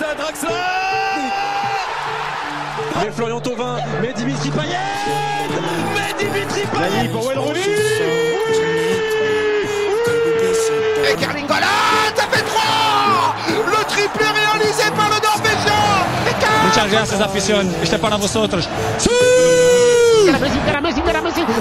à Draxler. Mais Florian Thauvin, mais Dimitri Payet. Nani pour Wayne Rooney. Et Erling Haaland, ça fait 3. Le triplé réalisé par le Norvégien. Muchas gracias, afición. Este es para vosotros. ¡Sí! Encara Messi, gol,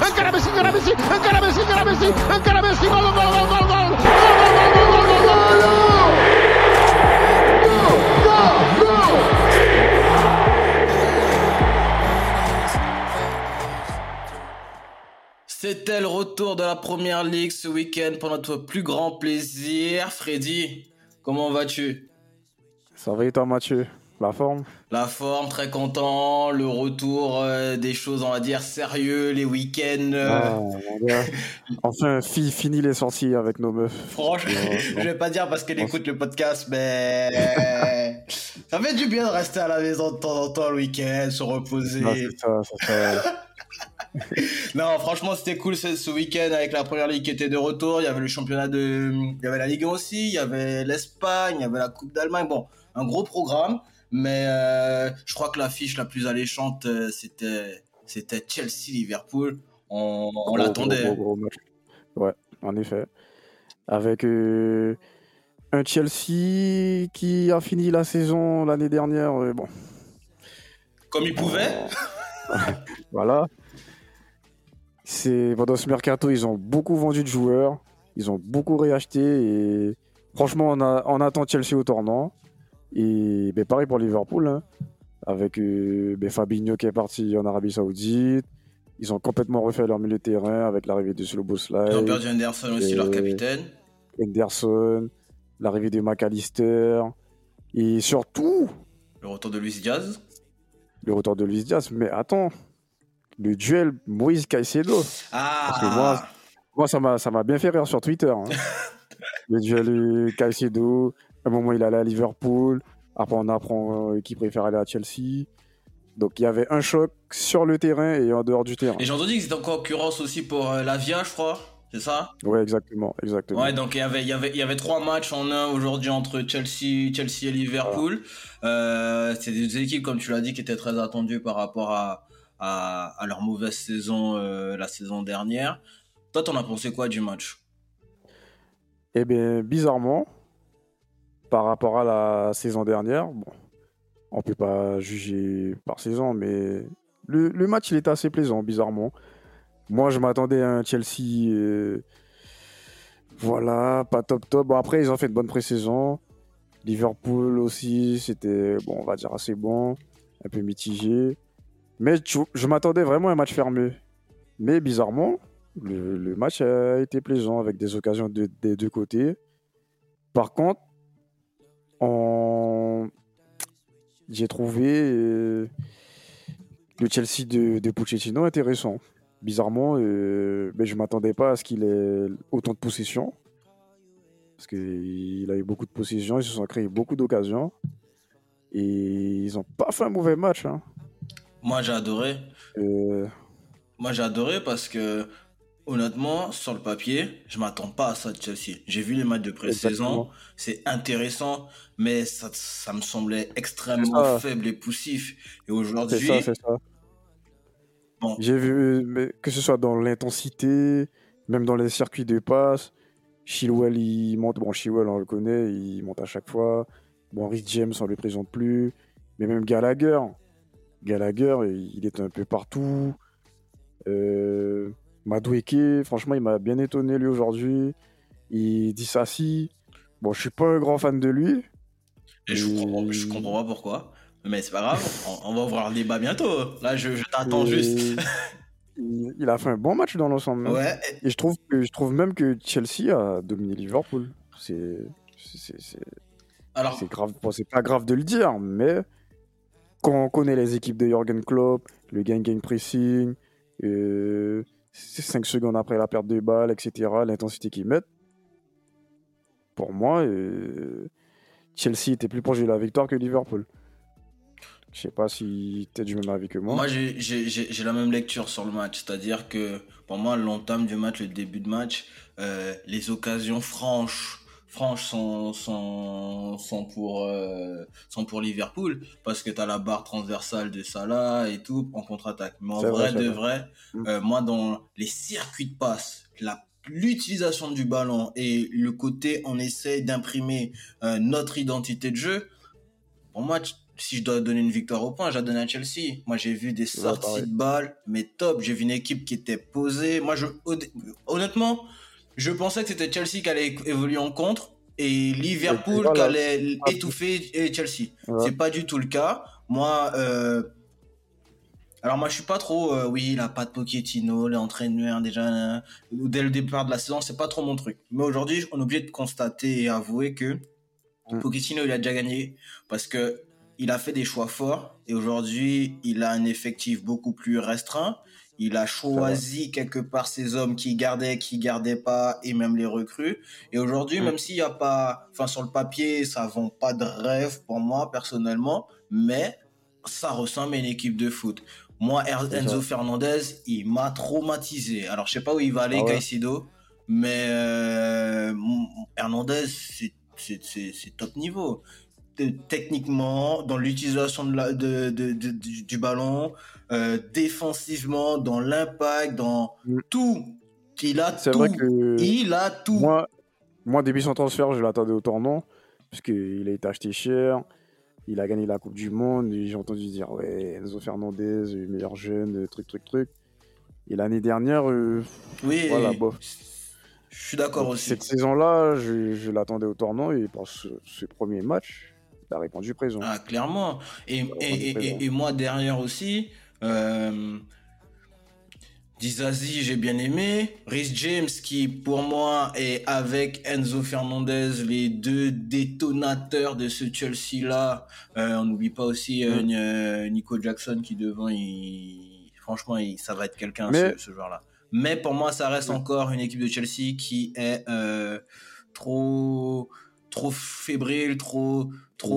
C'était le retour de la Première Ligue ce week-end pour notre plus grand plaisir. Freddy, comment vas-tu? Ça va et toi, Mathieu? La forme? La forme, très content. Le retour des choses, on va dire, sérieux, les week-ends. Mon gars. Enfin, fini les sorties avec nos meufs. Franchement, je vais pas dire parce qu'elle écoute le podcast, mais ça fait du bien de rester à la maison de temps en temps le week-end, se reposer. Non, c'est ça. Non, franchement, c'était cool ce week-end avec la Première Ligue qui était de retour. Il y avait le championnat il y avait la Ligue 1 aussi, il y avait l'Espagne, il y avait la Coupe d'Allemagne. Bon, un gros programme, mais je crois que l'affiche la plus alléchante, c'était Chelsea-Liverpool. On l'attendait. Gros match. Ouais, en effet. Avec un Chelsea qui a fini la saison l'année dernière. Bon. Comme il pouvait. Voilà. Pendant ce mercato, ils ont beaucoup vendu de joueurs, ils ont beaucoup réacheté et franchement, on attend Chelsea au tournant. Et pareil pour Liverpool, hein, avec Fabinho qui est parti en Arabie Saoudite. Ils ont complètement refait leur milieu de terrain avec l'arrivée de Szoboszlai. Ils ont perdu Henderson aussi, leur capitaine. Henderson, l'arrivée de McAllister et surtout le retour de Luis Diaz. Mais attends. Le duel Moïse Caicedo. Parce que moi ça m'a bien fait rire sur Twitter. Hein. Le duel Caicedo. À un moment, il allait à Liverpool. Après, on apprend qu'il préfère aller à Chelsea. Donc, il y avait un choc sur le terrain et en dehors du terrain. Et j'ai entendu qu'ils étaient en concurrence aussi pour Lavia, je crois. C'est ça? Ouais, exactement. Ouais, donc il y avait 3 matchs en un aujourd'hui entre Chelsea et Liverpool. Voilà. C'est des équipes, comme tu l'as dit, qui étaient très attendues par rapport à leur mauvaise saison la saison dernière. Toi, t'en as pensé quoi du match? Eh bien, bizarrement, par rapport à la saison dernière, bon, on peut pas juger par saison, mais le match, il était assez plaisant, bizarrement. Moi, je m'attendais à un Chelsea, voilà, pas top. Bon, après, ils ont fait une bonne pré-saison. Liverpool aussi, c'était, bon, on va dire assez bon, un peu mitigé. Mais je m'attendais vraiment à un match fermé. Mais bizarrement, le match a été plaisant avec des occasions des deux côtés. Par contre, j'ai trouvé le Chelsea de Pochettino intéressant. Bizarrement, je ne m'attendais pas à ce qu'il ait autant de possession. Parce qu'il a eu beaucoup de possession, ils se sont créés beaucoup d'occasions. Et ils n'ont pas fait un mauvais match. Hein. Moi, j'ai adoré. Moi, j'ai adoré parce que, honnêtement, sur le papier, je m'attends pas à ça de Chelsea. J'ai vu les matchs de pré-saison, c'est intéressant, mais ça me semblait extrêmement faible et poussif. Et aujourd'hui... C'est ça. Bon. J'ai vu, que ce soit dans l'intensité, même dans les circuits de passe, Chilwell, il monte. Bon, Chilwell, on le connaît, il monte à chaque fois. Bon, Rhys James, on ne le présente plus. Mais même Gallagher, il est un peu partout. Madueke, franchement, il m'a bien étonné lui aujourd'hui. Il dit ça si. Bon, je suis pas un grand fan de lui. Et je comprends pas pourquoi. Mais c'est pas grave, on va ouvrir le débat bientôt. Là, je t'attends juste. Il a fait un bon match dans l'ensemble. Ouais. Et je trouve même que Chelsea a dominé Liverpool. Alors... c'est grave. Bon, c'est pas grave de le dire, mais quand on connaît les équipes de Jürgen Klopp, le gang pressing, 5 secondes après la perte de balle, etc., l'intensité qu'ils mettent, pour moi, Chelsea était plus proche de la victoire que Liverpool. Je sais pas si tu es du même avis que moi. Moi, j'ai la même lecture sur le match. C'est-à-dire que, pour moi, l'entame du match, le début de match, les occasions franches franches sont pour Liverpool, parce que t'as la barre transversale de Salah et tout en contre-attaque. Mais en vrai, moi, dans les circuits de passe, l'utilisation du ballon et le côté on essaie d'imprimer notre identité de jeu, pour moi, si je dois donner une victoire au point, je la donne à Chelsea. Moi, j'ai vu des sorties de balles, mais top. J'ai vu une équipe qui était posée. Moi, honnêtement, je pensais que c'était Chelsea qui allait évoluer en contre et Liverpool qui allait étouffer Chelsea. Ouais. C'est pas du tout le cas. Moi, alors moi, je suis pas trop. Oui, il a pas de Pochettino, l'entraîneur déjà dès le départ de la saison, c'est pas trop mon truc. Mais aujourd'hui, on est obligé de constater et avouer que Pochettino, il a déjà gagné parce que il a fait des choix forts et aujourd'hui, il a un effectif beaucoup plus restreint. Il a choisi quelque part ses hommes qui gardaient pas et même les recrues. Et aujourd'hui, même s'il y a pas, enfin, sur le papier, ça vend pas de rêve pour moi, personnellement, mais ça ressemble à une équipe de foot. Moi, Enzo Fernandez, il m'a traumatisé. Alors, je sais pas où il va aller, Caicedo, mais Hernandez, c'est top niveau. Techniquement, dans l'utilisation du ballon, défensivement, dans l'impact, dans tout. Il a tout. Vrai que il a tout. Moi, début son transfert, je l'attendais au tournant, parce qu'il a été acheté cher. Il a gagné la Coupe du Monde. Et j'ai entendu dire, ouais, Enzo Fernandez, meilleur jeune, truc. Et l'année dernière, voilà, bof. Je suis d'accord aussi. Cette saison-là, je l'attendais au tournant et pour ce premier match, il a répondu présent. Ah, clairement. Et moi, derrière aussi, Dizazi, j'ai bien aimé. Reece James, qui pour moi est avec Enzo Fernandez les deux détonateurs de ce Chelsea-là. On n'oublie pas aussi Nico Jackson qui devant, franchement, ça va être quelqu'un, ce joueur-là. Mais pour moi, ça reste encore une équipe de Chelsea qui est trop fébrile, trop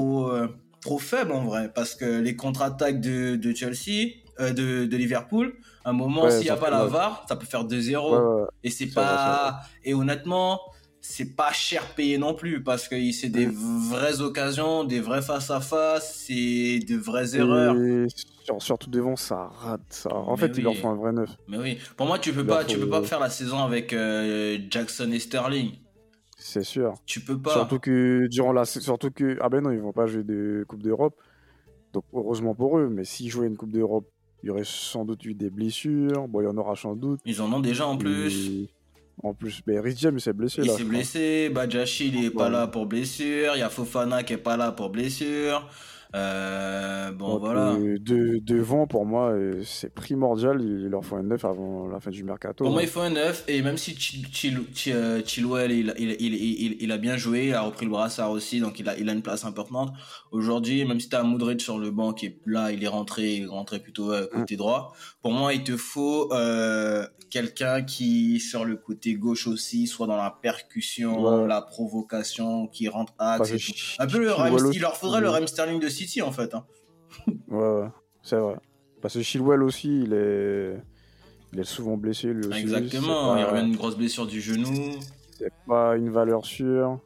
faible en vrai, parce que les contre-attaques de Chelsea, de Liverpool, à un moment, s'il n'y a pas la VAR, ça peut faire 2-0. Et c'est pas, et honnêtement, c'est pas cher payé non plus, parce que c'est des vraies occasions, des vrais face-à-face, c'est de vraies erreurs. Surtout devant, ça rate ça. En fait, il leur faut un vrai neuf. Mais oui, pour moi, tu peux pas faire la saison avec Jackson et Sterling. C'est sûr. Tu peux pas. Surtout que ah ben non, ils vont pas jouer de Coupe d'Europe. Donc heureusement pour eux, mais s'ils jouaient une Coupe d'Europe, il y aurait sans doute eu des blessures. Bon, il y en aura sans doute. Ils en ont déjà en plus. En plus, Reece James s'est blessé. Il s'est blessé. Badjachi, il est pas là pour blessure. Il y a Fofana qui est pas là pour blessure. Donc, voilà. Devant, pour moi, c'est primordial. Il leur faut un 9 avant la fin du mercato. Pour moi, il faut un 9. Et même si Chilwell, il a bien joué, il a repris le brassard aussi, donc il a une place importante. Aujourd'hui, même si tu as Modric sur le banc qui est là, il est rentré plutôt côté droit. Pour moi, il te faut quelqu'un qui, sur le côté gauche aussi, soit dans la percussion, la provocation, qui rentre axe. Un peu il leur faudrait le Raheem Sterling de City en fait. Ouais, c'est vrai. Parce que Chilwell aussi, il est souvent blessé lui aussi. Exactement, il revient d'une grosse blessure du genou. C'est pas une valeur sûre.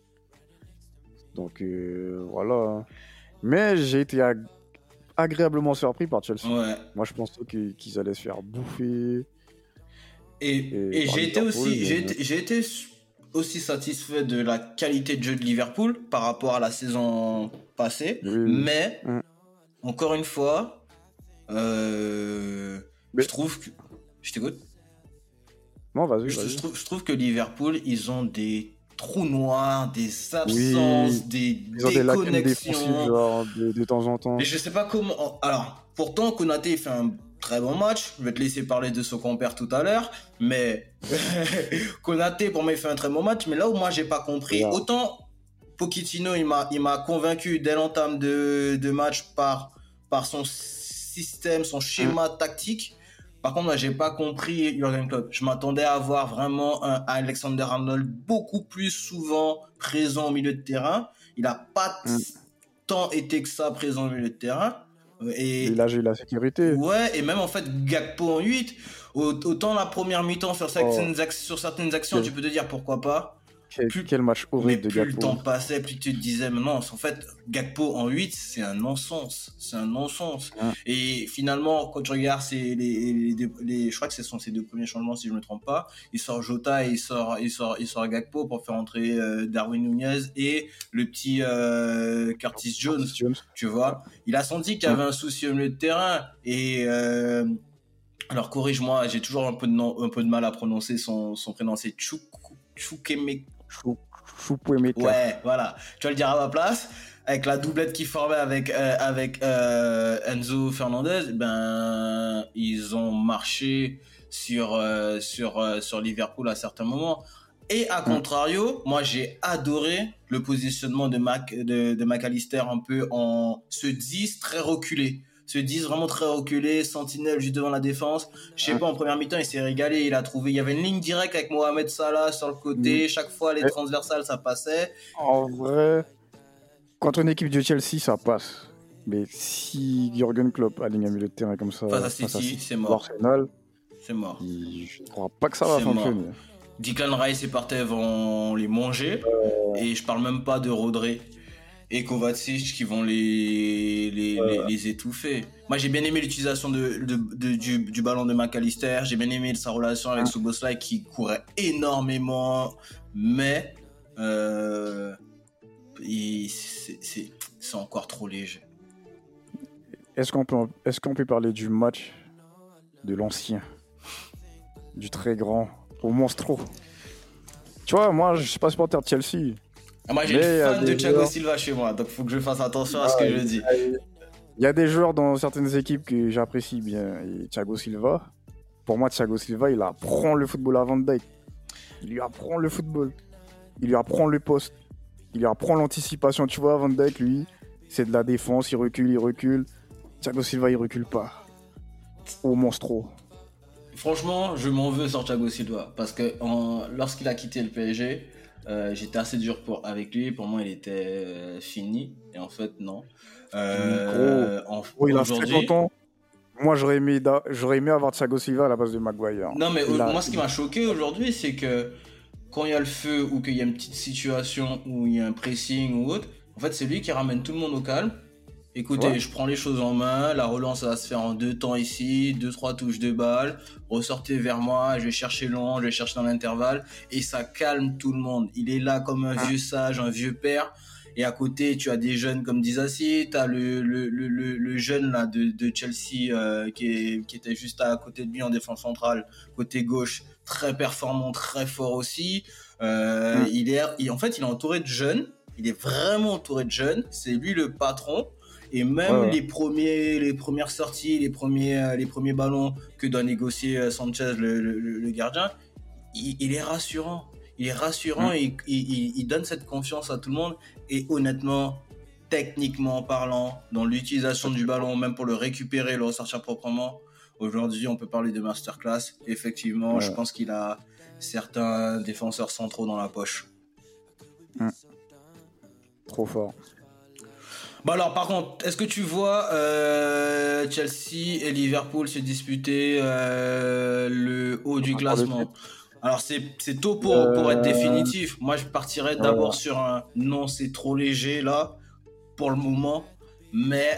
Donc voilà. Mais j'ai été agréablement surpris par Chelsea. Ouais. Moi, je pensais qu'ils allaient se faire bouffer. Et j'ai été aussi satisfait de la qualité de jeu de Liverpool par rapport à la saison passée. Mais encore une fois, je trouve que... Je t'écoute. Non, vas-y. Je trouve que Liverpool, ils ont des trous noirs, des absences, des déconnexions. Genre, de temps en temps. Mais je sais pas comment... Alors, pourtant, Konaté fait un très bon match. Je vais te laisser parler de son compère tout à l'heure. Mais Konaté, pour moi, il fait un très bon match. Mais là où moi, j'ai pas compris... Autant Pochettino, il m'a convaincu dès l'entame de match par son système, son schéma tactique. Par contre, moi, j'ai pas compris Jürgen Klopp. Je m'attendais à avoir vraiment un Alexander-Arnold beaucoup plus souvent présent au milieu de terrain. Il a pas tant été que ça présent au milieu de terrain. Et là, j'ai eu la sécurité. Ouais, et même en fait, Gakpo en 8, autant la première mi-temps sur certaines actions, tu peux te dire pourquoi pas. Quel match Mais horrible de plus le Gakpo. temps passait, plus tu te disais, mais non, en fait, Gakpo en 8, c'est un non-sens. C'est un non-sens. Ouais. Et finalement, quand tu regardes je crois que ce sont ses 2 premiers changements, si je me trompe pas, il sort Jota et il sort Gakpo pour faire entrer Darwin Nunez et le petit Curtis Jones, tu vois. Il a senti qu'il y avait un souci au milieu de terrain et alors corrige-moi, j'ai toujours un peu de mal à prononcer son prénom, c'est Chukwuemeka. Chukwuemeka. Ouais, voilà. Tu vas le dire à ma place. Avec la doublette qui formait avec Enzo Fernandez, ben ils ont marché sur Liverpool à certains moments. Et à contrario, moi j'ai adoré le positionnement de McAllister un peu en ce 10 très reculé. Ce 10 vraiment très reculé, sentinelle juste devant la défense. Je sais pas, en première mi-temps, il s'est régalé. Il y avait une ligne directe avec Mohamed Salah sur le côté. Chaque fois, les transversales, ça passait. En vrai, contre une équipe de Chelsea, ça passe. Mais si Jürgen Klopp aligne un milieu de terrain comme ça, face à City, c'est mort. Arsenal, C'est mort. je ne crois pas que ça va fonctionner. Declan Rice et Partey vont les manger. Et je parle même pas de Rodri et Kovacic qui vont les étouffer. Moi, j'ai bien aimé l'utilisation du ballon de McAllister. J'ai bien aimé sa relation avec Szoboszlai qui courait énormément. Mais c'est encore trop léger. Est-ce qu'on peut parler du match de l'ancien, du très grand au monstro? Tu vois, moi, je suis pas supporter de Chelsea. Moi, j'ai une fan de Thiago Silva chez moi, donc il faut que je fasse attention à ce que je dis. Il y a des joueurs dans certaines équipes que j'apprécie bien. Et Thiago Silva, pour moi, Thiago Silva, il apprend le football à Van Dijk. Il lui apprend le football. Il lui apprend le poste. Il lui apprend l'anticipation. Tu vois, Van Dijk, lui, c'est de la défense. Il recule. Thiago Silva, il recule pas. Au monstro. Franchement, je m'en veux sur Thiago Silva parce que lorsqu'il a quitté le PSG, j'étais assez dur avec lui. Pour moi, il était fini. Et en fait, non. Il a 50 ans. Moi, j'aurais aimé avoir Thiago Silva à la place de Maguire. Non, mais moi, ce qui m'a choqué aujourd'hui, c'est que quand il y a le feu ou qu'il y a une petite situation où il y a un pressing ou autre, en fait, c'est lui qui ramène tout le monde au calme. Écoutez, je prends les choses en main, la relance ça va se faire en 2 temps ici, 2-3 touches de balle, ressortez vers moi, je vais chercher long, je vais chercher dans l'intervalle, et ça calme tout le monde. Il est là comme un vieux sage, un vieux père, et à côté tu as des jeunes comme Disasi, tu as le jeune là de Chelsea qui était juste à côté de lui en défense centrale, côté gauche, très performant, très fort aussi. Il est entouré de jeunes, il est vraiment entouré de jeunes, c'est lui le patron. Et même les premières sorties, les premiers ballons que doit négocier Sanchez, le gardien, il est rassurant. Il est rassurant et il donne cette confiance à tout le monde. Et honnêtement, techniquement parlant, dans l'utilisation du ballon, même pour le récupérer, le ressortir proprement, aujourd'hui, on peut parler de masterclass. Effectivement, je pense qu'il a certains défenseurs centraux dans la poche. Trop fort. Bah alors par contre, est-ce que tu vois Chelsea et Liverpool se disputer le haut du classement? Alors c'est tôt pour être définitif. Moi je partirais d'abord sur un non, c'est trop léger là pour le moment, mais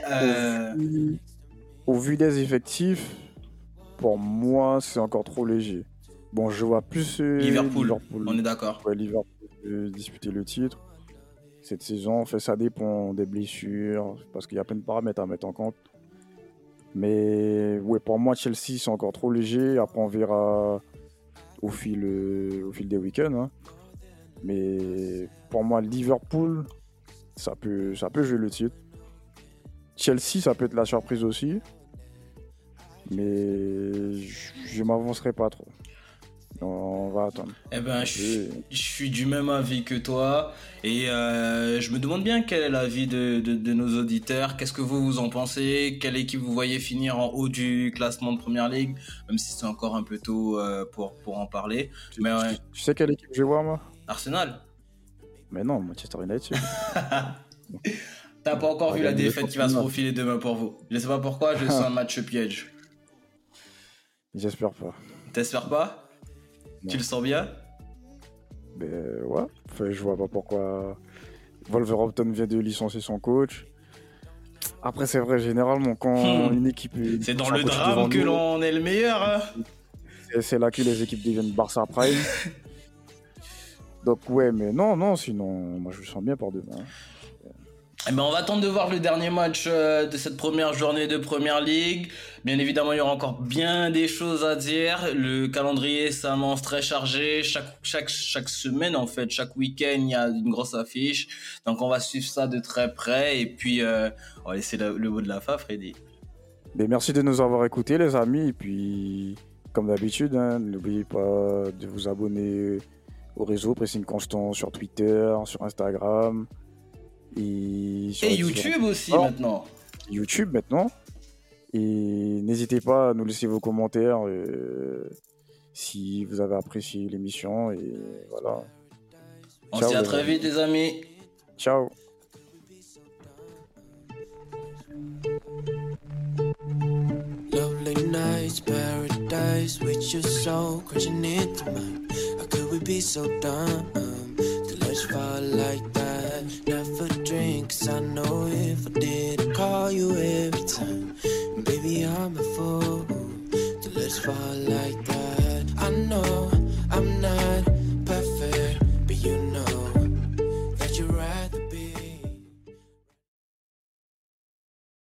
au vu des effectifs, pour moi c'est encore trop léger. Bon, je vois plus Liverpool. On est d'accord. Ouais, Liverpool disputer le titre cette saison. En fait, ça dépend des blessures, parce qu'il y a plein de paramètres à mettre en compte. Mais ouais, pour moi, Chelsea, c'est encore trop léger. Après, on verra au fil des week-ends. Hein. Mais pour moi, Liverpool, ça peut jouer le titre. Chelsea, ça peut être la surprise aussi. Mais je m'avancerai pas trop. On va attendre. Eh ben, je suis du même avis que toi et je me demande bien quel est l'avis de nos auditeurs. Qu'est-ce que vous en pensez? Quelle équipe vous voyez finir en haut du classement de Première Ligue? Même si c'est encore un peu tôt pour en parler. Mais tu sais quelle équipe je vois, moi? Arsenal. Mais non, Manchester United. T'as pas encore vu la défaite qui va se profiler demain pour vous. Je sais pas pourquoi, je sens un match piège. J'espère pas. T'espères pas? Non. Tu le sens bien? Ben ouais, enfin, je vois pas pourquoi Wolverhampton vient de licencier son coach. Après, c'est vrai, généralement, quand une équipe. C'est dans le drame que l'on est le meilleur. Hein. C'est là que les équipes deviennent Barça Prime. Donc, ouais, mais non, sinon, moi je le sens bien pour demain. Eh ben, on va attendre de voir le dernier match de cette première journée de Première Ligue. Bien évidemment, il y aura encore bien des choses à dire. Le calendrier s'annonce très chargé. Chaque semaine, en fait, chaque week-end, il y a une grosse affiche. Donc, on va suivre ça de très près. Et puis, on va laisser le mot de la fin, Freddy. Mais merci de nous avoir écoutés, les amis. Et puis, comme d'habitude, hein, n'oubliez pas de vous abonner au réseau Pressing Constant sur Twitter, sur Instagram. Et YouTube aussi maintenant. YouTube maintenant. Et n'hésitez pas à nous laisser vos commentaires si vous avez apprécié l'émission. Et voilà. On se dit à très vite, les amis. Ciao. Lovely nights, paradise with your soul crashing into mine. How could we be so dumb to let you fall like that? Never drink, 'cause I know if I did, I'd call you every time. Baby, I'm a fool to let you fall like that.